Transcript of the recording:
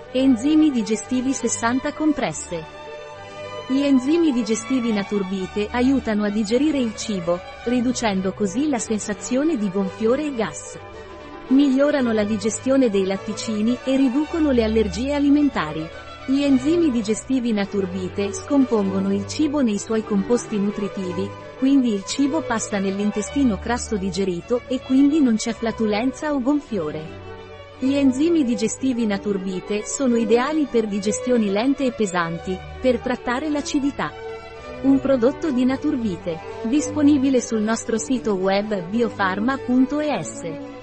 Enzimi digestivi 60 compresse. Gli enzimi digestivi Naturbite aiutano a digerire il cibo, riducendo così la sensazione di gonfiore e gas. Migliorano la digestione dei latticini e riducono le allergie alimentari. Gli enzimi digestivi Naturbite scompongono il cibo nei suoi composti nutritivi, quindi il cibo passa nell'intestino grasso digerito e quindi non c'è flatulenza o gonfiore. Gli enzimi digestivi Naturbite sono ideali per digestioni lente e pesanti, per trattare l'acidità. Un prodotto di Naturbite, disponibile sul nostro sito web biofarma.es.